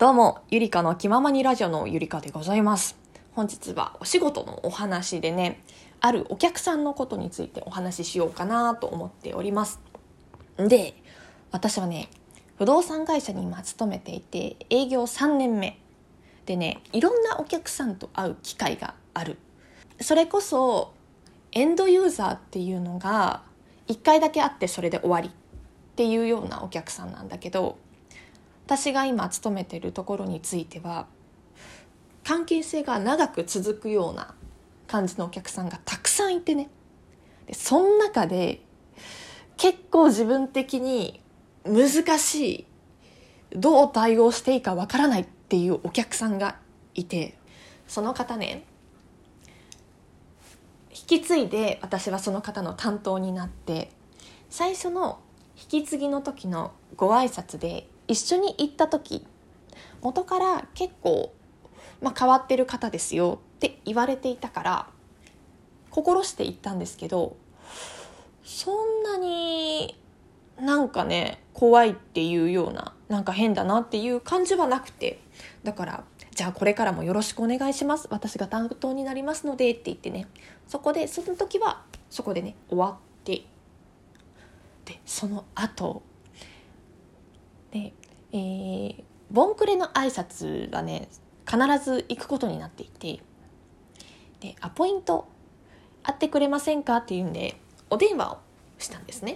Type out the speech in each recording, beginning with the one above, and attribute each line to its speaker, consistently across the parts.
Speaker 1: どうも、ゆりかの気ままにラジオのゆりかでございます。本日はお仕事のお話でね、あるお客さんのことについてお話ししようかなと思っております。で、私はね、不動産会社に今勤めていて、営業3年目でね、いろんなお客さんと会う機会がある。それこそエンドユーザーっていうのが1回だけ会ってそれで終わりっていうようなお客さんなんだけど、私が今勤めているところについては関係性が長く続くような感じのお客さんがたくさんいてね、でその中で結構自分的に難しい、どう対応していいかわからないっていうお客さんがいて、その方ね、引き継いで私はその方の担当になって、最初の引き継ぎの時のご挨拶で一緒に行った時、元から結構、変わってる方ですよって言われていたから心して行ったんですけど、そんなになんかね怖いっていうような、なんか変だなっていう感じはなくて、だからじゃあこれからもよろしくお願いします、私が担当になりますのでって言ってね、その時はそこでね終わって、でその後で、ボンクレの挨拶はね必ず行くことになっていて、でアポイント会ってくれませんかっていうんでお電話をしたんですね。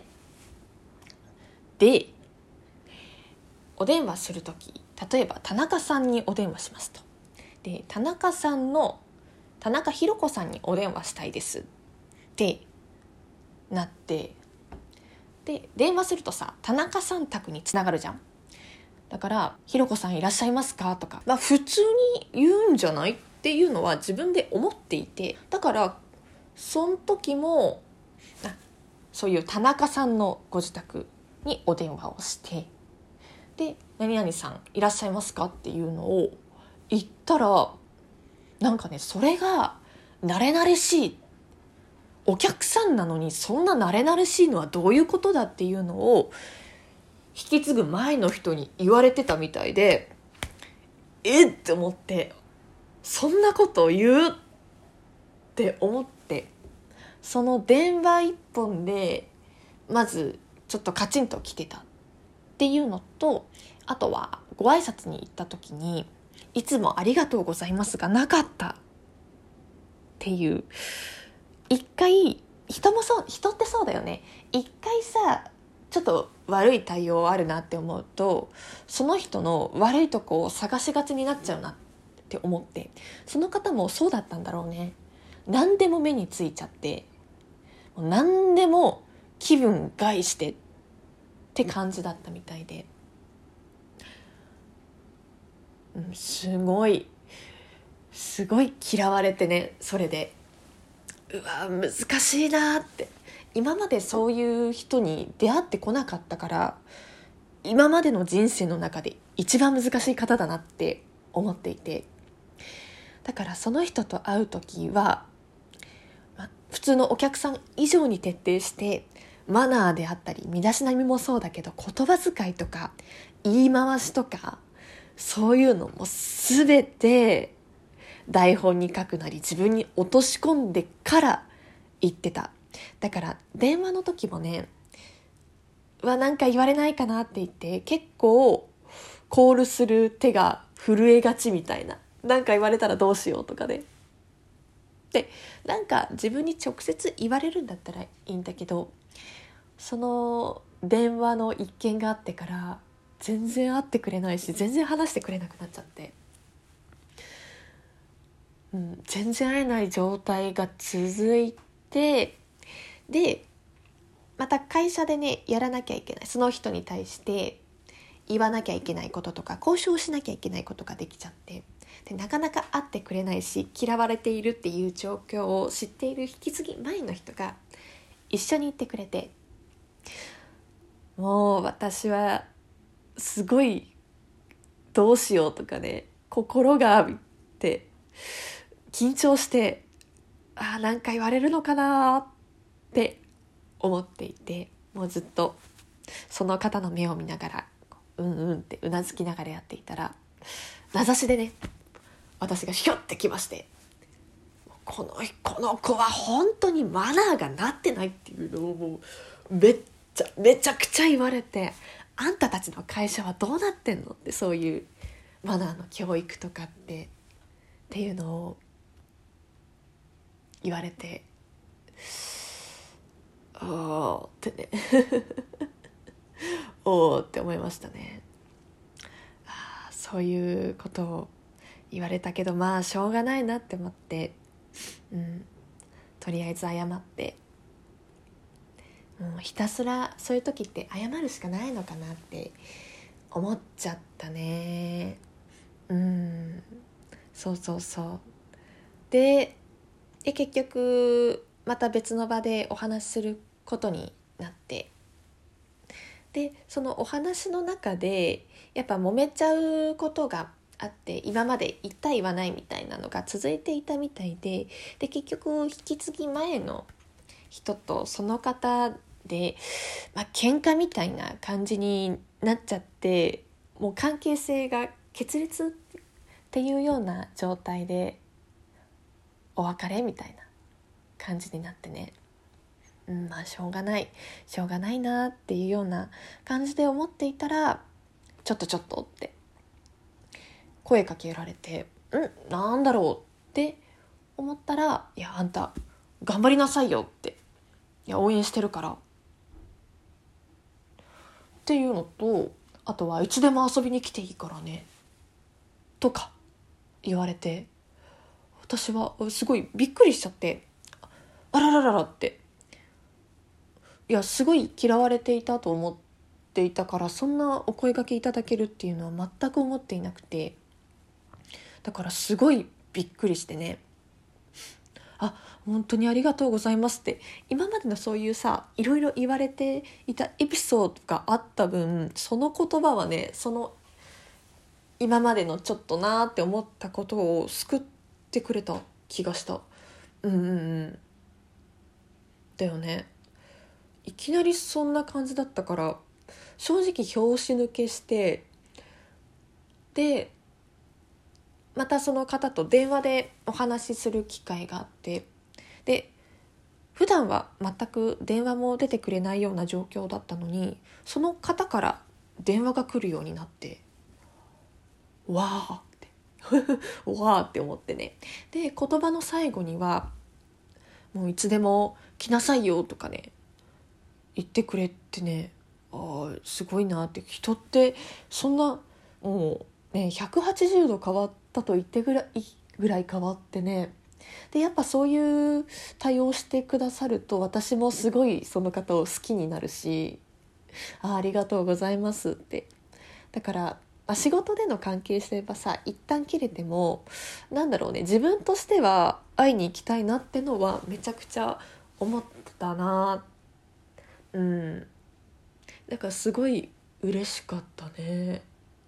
Speaker 1: でお電話するとき、例えば田中さんにお電話しますと、で田中ひろ子さんにお電話したいですってなって、で電話するとさ、田中さん宅につながるじゃん。だからひろ子さんいらっしゃいますかとか、普通に言うんじゃないっていうのは自分で思っていて、だからその時もそういう田中さんのご自宅にお電話をして、で何々さんいらっしゃいますかっていうのを言ったら、なんかねそれが慣れ慣れしい、お客さんなのにそんな慣れ慣れしいのはどういうことだっていうのを引き継ぐ前の人に言われてたみたいで、って思って、そんなこと言うって思って、その電話一本でまずちょっとカチンときてたっていうのと、あとはご挨拶に行った時にいつもありがとうございますがなかったっていう、一回人ってそうだよね、一回さちょっと悪い対応あるなって思うと、その人の悪いとこを探しがちになっちゃうなって思って、その方もそうだったんだろうね。何でも目についちゃって、何でも気分害してって感じだったみたいで、すごい嫌われてね、それで難しいなって、今までそういう人に出会ってこなかったから、今までの人生の中で一番難しい方だなって思っていて、だからその人と会う時は、普通のお客さん以上に徹底してマナーであったり身だしなみもそうだけど、言葉遣いとか言い回しとかそういうのも全て台本に書くなり自分に落とし込んでから言ってた。だから電話の時もね、なんか言われないかなって言って結構コールする手が震えがちみたいな、なんか言われたらどうしようとかで、なんか自分に直接言われるんだったらいいんだけど、その電話の一件があってから全然会ってくれないし、全然話してくれなくなっちゃって、全然会えない状態が続いて、でまた会社でねやらなきゃいけない、その人に対して言わなきゃいけないこととか交渉しなきゃいけないことができちゃって、でなかなか会ってくれないし嫌われているっていう状況を知っている引き継ぎ前の人が一緒に行ってくれて、もう私はすごいどうしようとかね、心がって緊張して、なんか言われるのかなって思っていて、もうずっとその方の目を見ながらうんうんってうなずきながらやっていたら、 名指しでね私がひょってきまして、この子は本当にマナーがなってないっていうのをもうめちゃくちゃ言われて、あんたたちの会社はどうなってんのって、そういうマナーの教育とかっていうのを言われて、おーってねおーって思いましたね。そういうことを言われたけど、まあしょうがないなって思って、とりあえず謝って、もうひたすらそういう時って謝るしかないのかなって思っちゃったね。そうで結局また別の場でお話しすることになって、でそのお話の中でやっぱ揉めちゃうことがあって、今まで言った言わないみたいなのが続いていたみたいで、結局引き継ぎ前の人とその方で、喧嘩みたいな感じになっちゃって、もう関係性が決裂っていうような状態でお別れみたいな感じになってね、しょうがないなっていうような感じで思っていたら、ちょっとって声かけられて、なんだろうって思ったら、いやあんた頑張りなさいよって、いや応援してるからっていうのと、あとはいつでも遊びに来ていいからねとか言われて、私はすごいびっくりしちゃって、あららららって、いやすごい嫌われていたと思っていたから、そんなお声掛けいただけるっていうのは全く思っていなくて、だからすごいびっくりしてね、本当にありがとうございますって、今までのそういうさいろいろ言われていたエピソードがあった分、その言葉はね、その今までのちょっとなーって思ったことを救ってくれた気がした。だよね。いきなりそんな感じだったから、正直拍子抜けして、でまたその方と電話でお話しする機会があって、で普段は全く電話も出てくれないような状況だったのに、その方から電話が来るようになって、わーってわーって思ってね。で言葉の最後には、もういつでも来なさいよとかね言ってくれてね、すごいなって、人ってそんなもうね180度変わったと言ってぐらい変わってね。でやっぱそういう対応してくださると、私もすごいその方を好きになるし、ありがとうございますって。だから、仕事での関係性はさ一旦切れても、なんだろうね、自分としては会いに行きたいなってのはめちゃくちゃ思ったな。だからすごい嬉しかったね。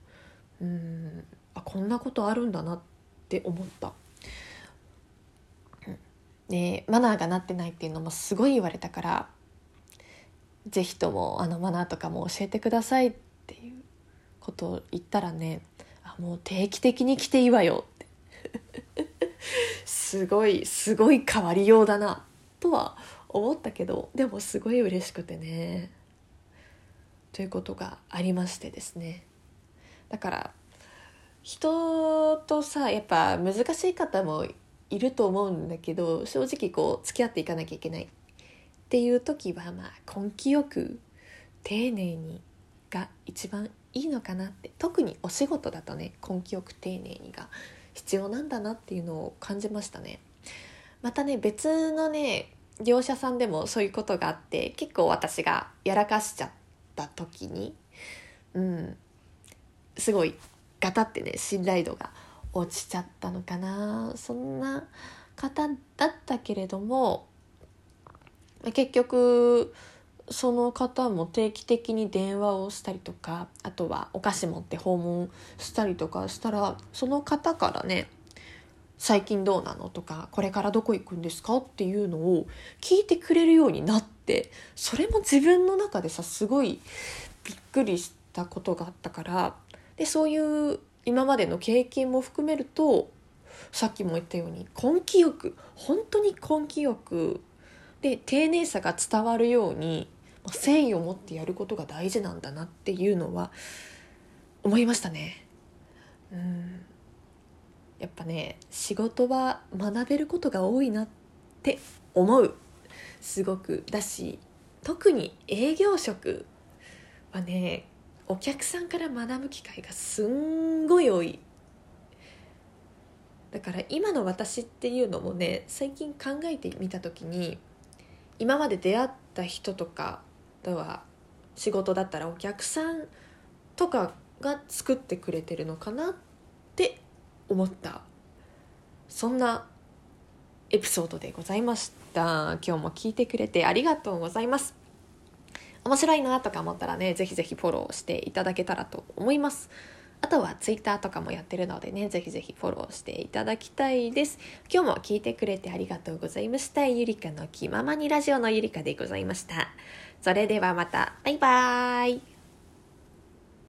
Speaker 1: こんなことあるんだなって思った。でマナーがなってないっていうのもすごい言われたから、ぜひともマナーとかも教えてくださいっていうことを言ったらね、もう定期的に来ていいわよってすごい変わりようだなとは思ったけど、でもすごい嬉しくてね、ということがありましてですね。だから人とさやっぱ難しい方もいると思うんだけど、正直こう付き合っていかなきゃいけないっていう時は、根気よく丁寧にが一番いいのかなって、特にお仕事だとね根気よく丁寧にが必要なんだなっていうのを感じましたね。またね別のね業者さんでもそういうことがあって、結構私がやらかしちゃった時にすごいガタってね信頼度が落ちちゃったのかな。そんな方だったけれども、結局その方も定期的に電話をしたりとか、あとはお菓子持って訪問したりとかしたら、その方からね最近どうなのとか、これからどこ行くんですかっていうのを聞いてくれるようになって、それも自分の中でさすごいびっくりしたことがあったから、でそういう今までの経験も含めると、さっきも言ったように根気よく、本当に根気よくで丁寧さが伝わるように誠意を持ってやることが大事なんだなっていうのは思いましたね。やっぱね、仕事は学べることが多いなって思う、すごくだし、特に営業職はね、お客さんから学ぶ機会がすんごい多い。だから今の私っていうのもね、最近考えてみた時に、今まで出会った人とかとは、仕事だったらお客さんとかが作ってくれてるのかなって思った、そんなエピソードでございました。今日も聞いてくれてありがとうございます。面白いなとか思ったらね、ぜひぜひフォローしていただけたらと思います。あとはツイッターとかもやってるのでね、ぜひぜひフォローしていただきたいです。今日も聞いてくれてありがとうございました。ゆりかの気ままにラジオのゆりかでございました。それではまた、バイバーイ。